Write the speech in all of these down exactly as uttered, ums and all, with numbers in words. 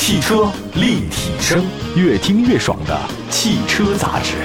汽车立体声，越听越爽的汽车杂志。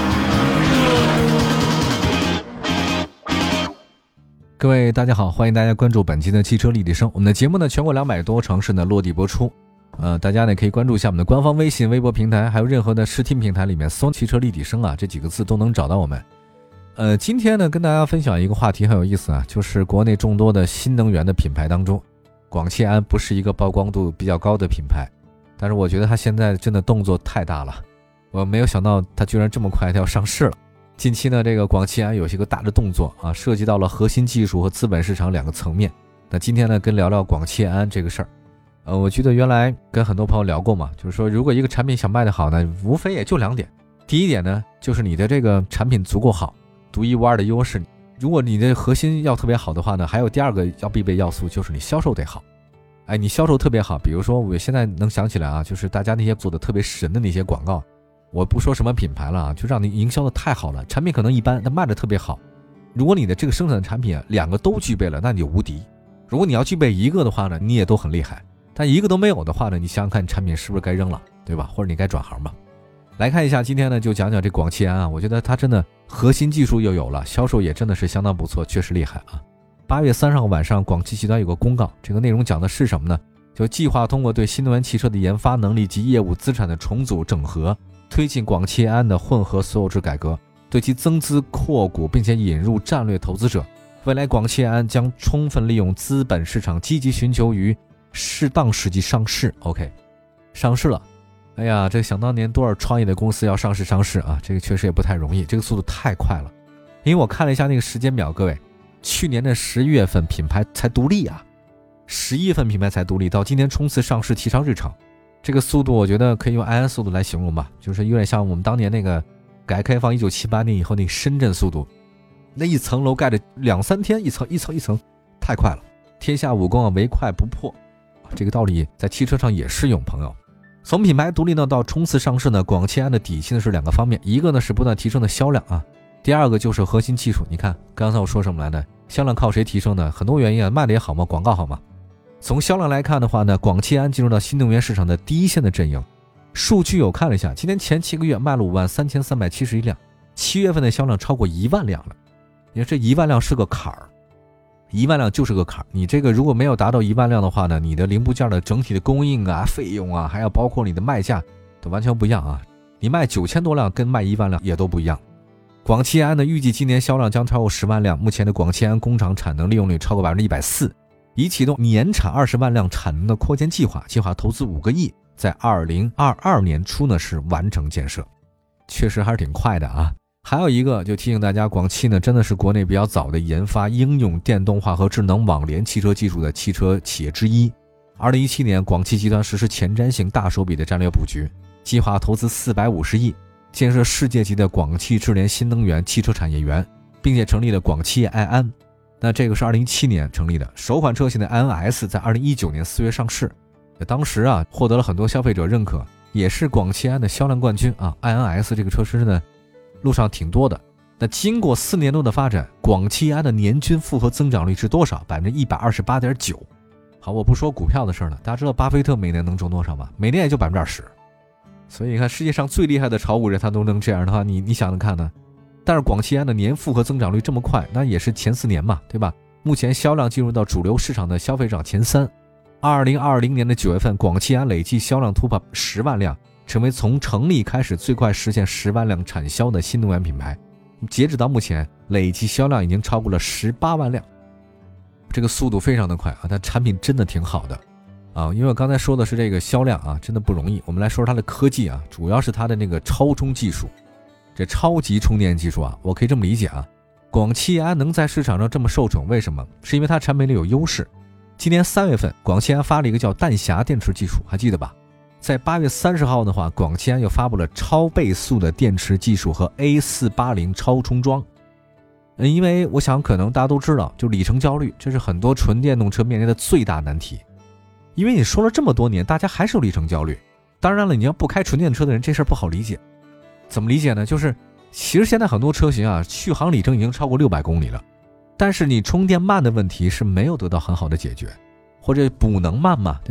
各位大家好，欢迎大家关注本期的汽车立体声。我们的节目呢，全国两百多城市呢落地播出。呃，大家呢可以关注一下我们的官方微信、微博平台，还有任何的视听平台里面搜汽车立体声啊这几个字都能找到我们。呃，今天呢跟大家分享一个话题很有意思啊，就是国内众多的新能源的品牌当中，广汽安不是一个曝光度比较高的品牌，但是我觉得它现在真的动作太大了，我没有想到它居然这么快它要上市了。近期呢，这个广汽安有些个大的动作啊，涉及到了核心技术和资本市场两个层面。那今天呢，跟聊聊广汽安这个事儿。呃，我记得原来跟很多朋友聊过嘛，就是说如果一个产品想卖得好呢，无非也就两点。第一点呢，就是你的这个产品足够好，独一无二的优势。如果你的核心要特别好的话呢，还有第二个要必备要素，就是你销售得好。哎，你销售特别好，比如说我现在能想起来啊，就是大家那些做的特别神的那些广告。我不说什么品牌了啊，就让你营销的太好了，产品可能一般，但卖的特别好。如果你的这个生产的产品啊，两个都具备了，那你就无敌。如果你要具备一个的话呢，你也都很厉害。但一个都没有的话呢，你想想看，产品是不是该扔了，对吧？或者你该转行吧。来看一下，今天呢就讲讲这广汽安啊，我觉得它真的核心技术又有了，销售也真的是相当不错，确实厉害啊。八月三十号晚上，广汽集团有个公告，这个内容讲的是什么呢？就计划通过对新能源汽车的研发能力及业务资产的重组整合，推进广汽安的混合所有制改革，对其增资扩股，并且引入战略投资者。未来广汽安将充分利用资本市场，积极寻求于适当时机上市。 OK， 上市了。哎呀，这想当年多少创业的公司要上市上市啊，这个确实也不太容易，这个速度太快了。因为我看了一下那个时间表，各位，去年的十一月份品牌才独立啊，十一月份品牌才独立，到今天冲刺上市提上日程，这个速度我觉得可以用安安速度来形容吧，就是有点像我们当年那个改革开放一九七八年以后那个深圳速度，那一层楼盖着两三天，一层一层一层，太快了。天下武功啊，唯快不破，这个道理在汽车上也适用，朋友。从品牌独立呢到冲刺上市呢，广汽安的底气呢是两个方面，一个呢是不断提升的销量啊，第二个就是核心技术。你看刚才我说什么来的？销量靠谁提升呢？很多原因啊，卖的也好嘛，广告好嘛。从销量来看的话呢，广汽安进入到新能源市场的第一线的阵营。数据我看了一下，今年前七个月卖了五万三千三百七十一辆，七月份的销量超过一万辆了。你看这一万辆是个坎儿，一万辆就是个坎儿。你这个如果没有达到一万辆的话呢，你的零部件的整体的供应啊、费用啊，还要包括你的卖价都完全不一样啊。你卖九千多辆跟卖一万辆也都不一样。广汽安呢预计今年销量将超过十万辆，目前的广汽安工厂产能利用率超过百分之一百四，已启动年产二十万辆产能的扩建计划，计划投资五个亿，在二零二二年初呢是完成建设，确实还是挺快的啊。还有一个就提醒大家，广汽呢真的是国内比较早的研发应用电动化和智能网联汽车技术的汽车企业之一。二零一七年，广汽集团实施前瞻性大手笔的战略布局，计划投资四百五十亿，建设世界级的广汽智联新能源汽车产业园，并且成立了广汽爱安。那这个是二零一七年成立的，首款车型的 I N S 在二零一九年四月上市，当时啊获得了很多消费者认可，也是广汽安的销量冠军啊。I N S 这个车身呢路上挺多的。那经过四年多的发展，广汽安的年均复合增长率是多少？ 百分之一百二十八点九。 好，我不说股票的事了，大家知道巴菲特每年能挣多少吗？每年也就 百分之二十。 所以你看世界上最厉害的炒股人他都能这样的话，你你想想看呢。但是广汽安的年复合增长率这么快，那也是前四年嘛，对吧？目前销量进入到主流市场的消费者前三。二零二零年的九月份，广汽安累计销量突破十万辆，成为从成立开始最快实现十万辆产销的新能源品牌。截止到目前，累计销量已经超过了十八万辆，这个速度非常的快啊！它产品真的挺好的啊。因为我刚才说的是这个销量啊，真的不容易。我们来说说它的科技啊，主要是它的那个超充技术。这超级充电技术啊，我可以这么理解啊，广汽安能在市场上这么受宠，为什么？是因为它产品里有优势。今年三月份，广汽安发了一个叫弹匣电池技术，还记得吧？在八月三十号的话，广汽安又发布了超倍速的电池技术和 A 四八零 超充桩。因为我想可能大家都知道，就里程焦虑，这是很多纯电动车面临的最大难题。因为你说了这么多年，大家还是有里程焦虑。当然了，你要不开纯电车的人，这事儿不好理解。怎么理解呢？就是其实现在很多车型啊，续航里程已经超过六百公里了，但是你充电慢的问题是没有得到很好的解决，或者补能慢嘛，对吧？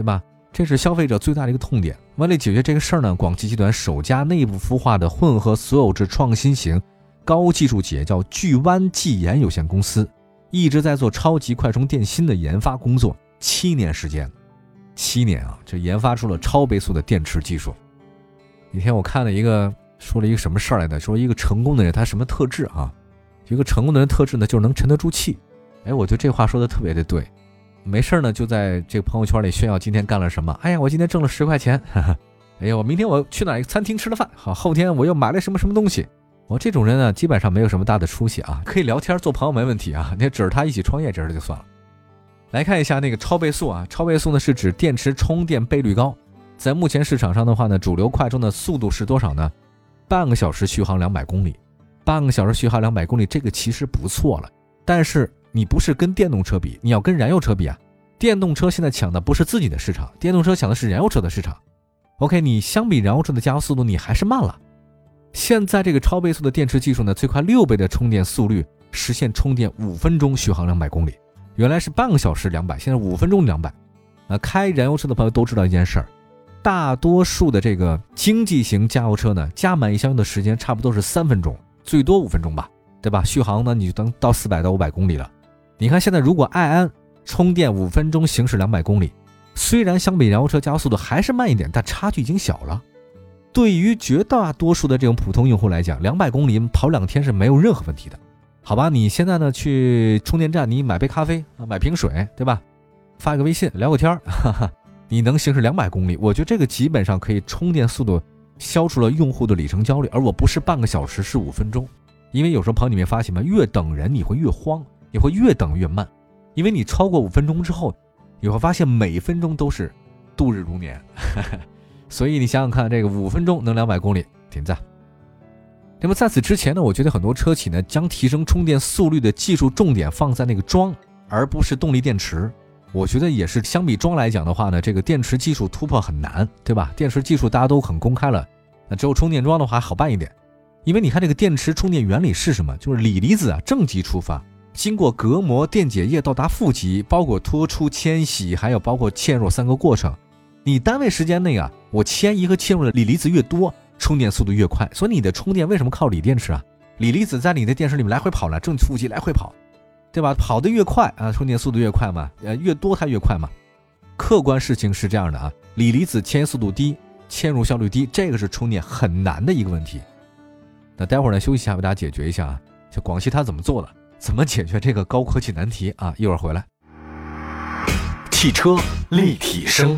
这是消费者最大的一个痛点。为了解决这个事儿呢，广汽集团首家内部孵化的混合所有制创新型高技术企业叫聚湾技研有限公司，一直在做超级快充电芯的研发工作，七年时间，七年啊，这研发出了超倍速的电池技术。那天我看了一个说了一个什么事儿来的，说一个成功的人他什么特质啊？一个成功的人特质呢，就是能沉得住气。哎，我觉得这话说的特别的对。没事呢，就在这个朋友圈里炫耀今天干了什么。哎呀，我今天挣了十块钱，哈哈。哎呀，我明天我去哪一个餐厅吃了饭，好，后天我又买了什么什么东西。我这种人呢，基本上没有什么大的出息啊，可以聊天做朋友没问题啊。你指着他一起创业，这事就算了。来看一下那个超倍速啊，超倍速呢是指电池充电倍率高。在目前市场上的话呢，主流快充的速度是多少呢？半个小时续航两百公里，半个小时续航两百公里，这个其实不错了。但是你不是跟电动车比，你要跟燃油车比啊。电动车现在抢的不是自己的市场，电动车抢的是燃油车的市场。OK， 你相比燃油车的加速速度，你还是慢了。现在这个超倍速的电池技术呢，最快六倍的充电速率，实现充电五分钟续航两百公里。原来是半个小时两百，现在五分钟两百。啊，开燃油车的朋友都知道一件事儿，大多数的这个经济型加油车呢，加满一箱的时间差不多是三分钟，最多五分钟吧，对吧？续航呢，你就等到四百到五百公里了。你看现在如果爱安充电五分钟行驶两百公里，虽然相比燃油车加速度还是慢一点，但差距已经小了。对于绝大多数的这种普通用户来讲，两百公里跑两天是没有任何问题的。好吧，你现在呢去充电站，你买杯咖啡啊，买瓶水，对吧？发个微信聊个天儿，哈哈，你能行驶两百公里，我觉得这个基本上可以充电速度消除了用户的里程焦虑。而我不是半个小时，是五分钟。因为有时候朋友你没发现吗？越等人你会越慌，你会越等越慢，因为你超过五分钟之后，你会发现每一分钟都是度日如年。所以你想想看，这个五分钟能两百公里，点赞。那么在此之前呢，我觉得很多车企呢将提升充电速率的技术重点放在那个桩，而不是动力电池。我觉得也是相比桩来讲的话呢，这个电池技术突破很难，对吧？电池技术大家都很公开了，那只有充电桩的话好办一点。因为你看这个电池充电原理是什么？就是锂离子啊，正极出发，经过隔膜、电解液到达负极，包括脱出、迁徙，还有包括嵌入三个过程。你单位时间内啊，我迁移和嵌入的锂离子越多，充电速度越快。所以你的充电为什么靠锂电池啊？锂离子在你的电池里面来回跑了，正负极来回跑，对吧？跑得越快啊，充电速度越快嘛，呃，越多它越快嘛。客观事情是这样的啊，锂离子迁移速度低，嵌入效率低，这个是充电很难的一个问题。那待会儿呢休息一下，为大家解决一下啊，就广汽它怎么做的，怎么解决这个高科技难题啊？一会儿回来。 汽车立体声，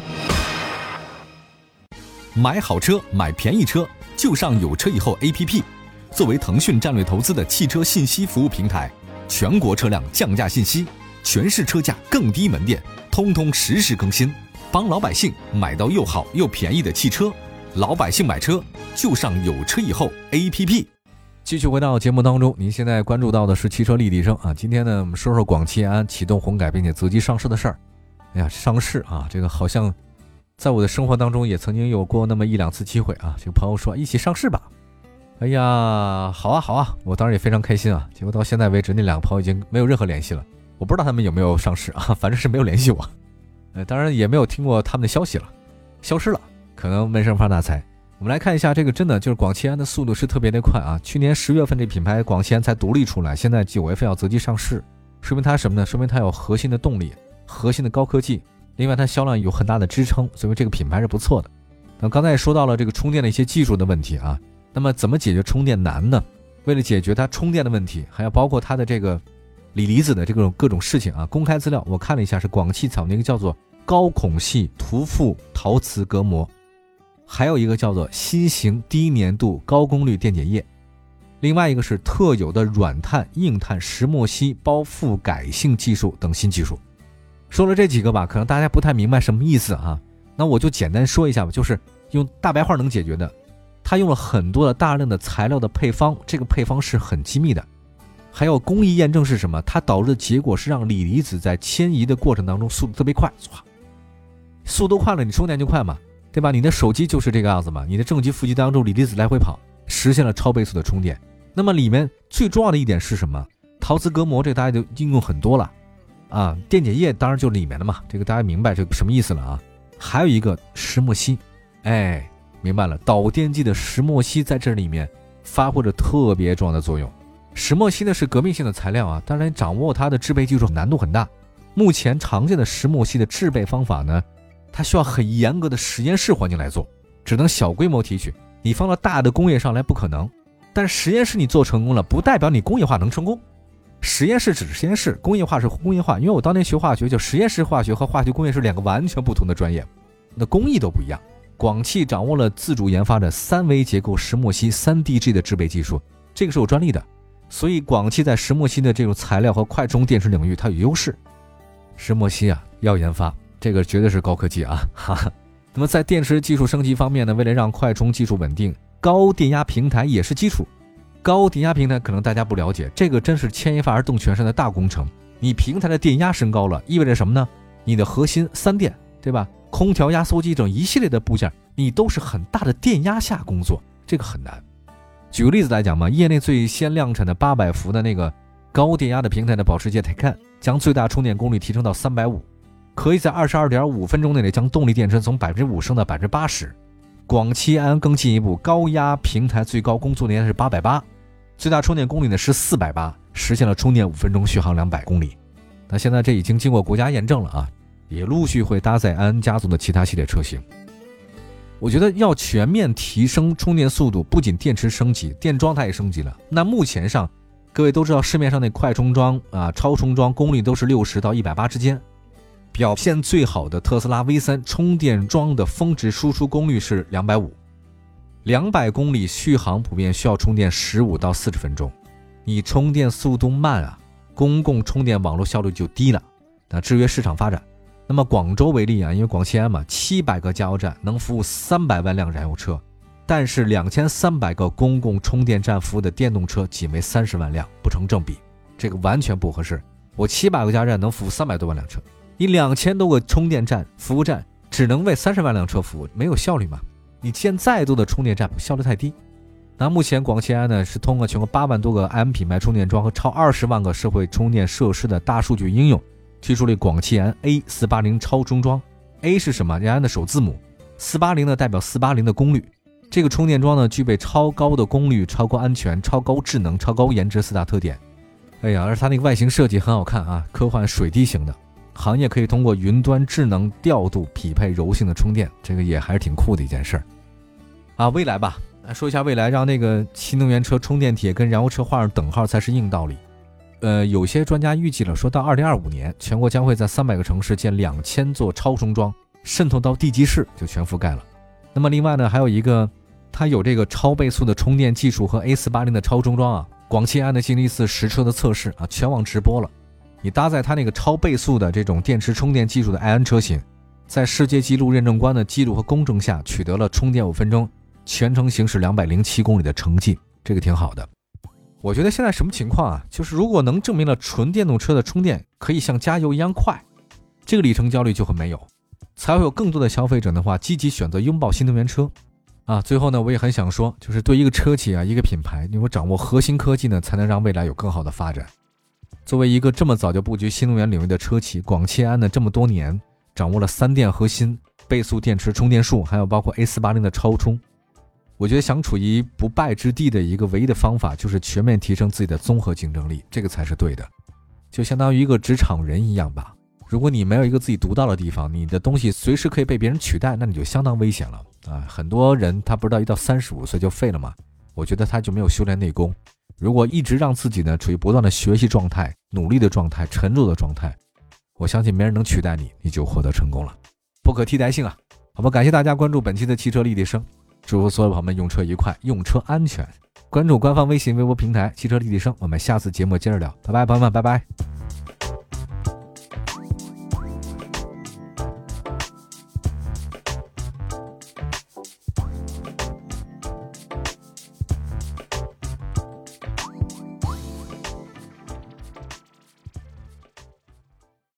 买好车买便宜车就上有车以后 A P P。 作为腾讯战略投资的汽车信息服务平台，全国车辆降价信息，全市车价更低门店，通通实时更新，帮老百姓买到又好又便宜的汽车。老百姓买车就上有车以后 A P P。 继续回到节目当中，您现在关注到的是汽车立体声啊。今天呢，我们说说广汽安启动混改并且择机上市的事儿。哎呀，上市啊，这个好像在我的生活当中也曾经有过那么一两次机会啊。这个朋友说一起上市吧，哎呀，好啊好啊，我当然也非常开心啊。结果到现在为止，那两个朋友已经没有任何联系了，我不知道他们有没有上市啊，反正是没有联系我。呃，当然也没有听过他们的消息了，消失了，可能闷声发大财。我们来看一下这个，真的就是广汽安的速度是特别的快啊！去年十月份这品牌广汽安才独立出来，现在九月份要择机上市，说明它什么呢？说明它有核心的动力、核心的高科技，另外它销量有很大的支撑，所以这个品牌是不错的。那刚才也说到了这个充电的一些技术的问题啊，那么怎么解决充电难呢？为了解决它充电的问题，还要包括它的这个锂离子的这种各种事情啊，公开资料我看了一下，是广汽采用的一个叫做高孔隙涂覆陶瓷隔膜，还有一个叫做新型低粘度高功率电解液，另外一个是特有的软碳、硬碳石墨烯包覆改性技术等新技术。说了这几个吧，可能大家不太明白什么意思啊，那我就简单说一下吧，就是用大白话能解决的。它用了很多的大量的材料的配方，这个配方是很机密的。还有工艺验证是什么？它导致的结果是让锂离子在迁移的过程当中速度特别快，速度快了你充电就快嘛，对吧？你的手机就是这个样子嘛，你的正极负极当中锂离子来回跑，实现了超倍速的充电。那么里面最重要的一点是什么？陶瓷隔膜，这个大家就应用很多了啊。电解液当然就是里面的嘛，这个大家明白这个什么意思了啊。 还有一个石墨烯，哎，明白了，导电机的石墨烯在这里面发挥着特别重要的作用。石墨烯呢是革命性的材料啊，当然掌握它的制备技术难度很大。目前常见的石墨烯的制备方法呢，它需要很严格的实验室环境来做，只能小规模提取，你放到大的工业上来不可能。但是实验室你做成功了，不代表你工业化能成功。实验室只是实验室，工业化是工业化。因为我当年学化学，就实验室化学和化学工业是两个完全不同的专业，那工艺都不一样。广汽掌握了自主研发的三维结构石墨烯 三 D G 的制备技术，这个是有专利的，所以广汽在石墨烯的这种材料和快充电池领域它有优势。石墨烯啊要研发，这个绝对是高科技啊，哈哈。那么在电池技术升级方面呢，为了让快充技术稳定，高电压平台也是基础。高电压平台可能大家不了解，这个真是牵一发而动全身的大工程。你平台的电压升高了，意味着什么呢？你的核心三电，对吧？空调、压缩机等一系列的部件，你都是很大的电压下工作，这个很难。举个例子来讲嘛，业内最先量产的八百伏的那个高电压的平台的保时捷 Taycan， 将最大充电功率提升到三百五十，可以在 二十二点五分钟内将动力电池从 百分之五 升到 百分之八十。广汽安更进一步，高压平台最高工作电压是八百八十，最大充电功率呢是四百八十，实现了充电五分钟续航两百公里。那现在这已经经过国家验证了啊，也陆续会搭载安安家族的其他系列车型。我觉得要全面提升充电速度，不仅电池升级，电桩它也升级了。那目前上各位都知道，市面上那快充桩啊、超充桩功率都是六十到一百八十之间。表现最好的特斯拉 V 三 充电桩的峰值输出功率是两百五十，两百公里续航普遍需要充电十五到四十分钟。你充电速度慢啊，公共充电网络效率就低了，那制约市场发展。那么广州为例啊，因为广汽安嘛，七百个加油站能服务三百万辆燃油车，但是两千三百个公共充电站服务的电动车仅为三十万辆，不成正比，这个完全不合适。我七百个加油站能服务三百多万辆车，你两千多个充电站服务站只能为三十万辆车服务，没有效率嘛？你建再多的充电站，效率太低。那目前广汽安呢是通过全国八万多个 I M 品牌充电桩和超二十万个社会充电设施的大数据应用，推出了广汽安 A 四八零 超充桩。 A 是什么？安安的首字母，四八零呢代表四八零的功率。这个充电桩呢具备超高的功率、超高安全、超高智能、超高颜值四大特点。哎呀，而它那个外形设计很好看啊，科幻水滴型的。行业可以通过云端智能调度匹配柔性的充电，这个也还是挺酷的一件事儿啊。未来吧，来说一下未来，让那个新能源车充电铁跟燃油车画上等号才是硬道理。呃，有些专家预计了，说到二零二五年，全国将会在三百个城市建两千座超充桩，渗透到地级市就全覆盖了。那么另外呢，还有一个，它有这个超倍速的充电技术和 A 四八零 的超充桩啊。广汽安的进行一次实车的测试啊，全网直播了。你搭载它那个超倍速的这种电池充电技术的爱安车型，在世界纪录认证官的记录和公证下，取得了充电五分钟、全程行驶两百零七公里的成绩，这个挺好的。我觉得现在什么情况啊？就是如果能证明了纯电动车的充电可以像加油一样快，这个里程焦虑就会没有，才会有更多的消费者的话积极选择拥抱新能源车啊。最后呢，我也很想说，就是对一个车企啊，一个品牌，你有掌握核心科技呢，才能让未来有更好的发展。作为一个这么早就布局新能源领域的车企，广汽安呢这么多年掌握了三电核心、倍速电池充电数，还有包括 A 四八零 的超充。我觉得想处于不败之地的一个唯一的方法，就是全面提升自己的综合竞争力，这个才是对的。就相当于一个职场人一样吧，如果你没有一个自己独到的地方，你的东西随时可以被别人取代，那你就相当危险了啊！很多人他不知道一到三十五岁就废了嘛，我觉得他就没有修炼内功。如果一直让自己呢处于不断的学习状态、努力的状态、沉着的状态，我相信没人能取代你，你就获得成功了，不可替代性啊！好吧，感谢大家关注本期的汽车立体声，祝福所有朋友们用车愉快，用车安全。关注官方微信、微博平台汽车立体声，我们下次节目接着聊，拜拜，朋友们，拜拜。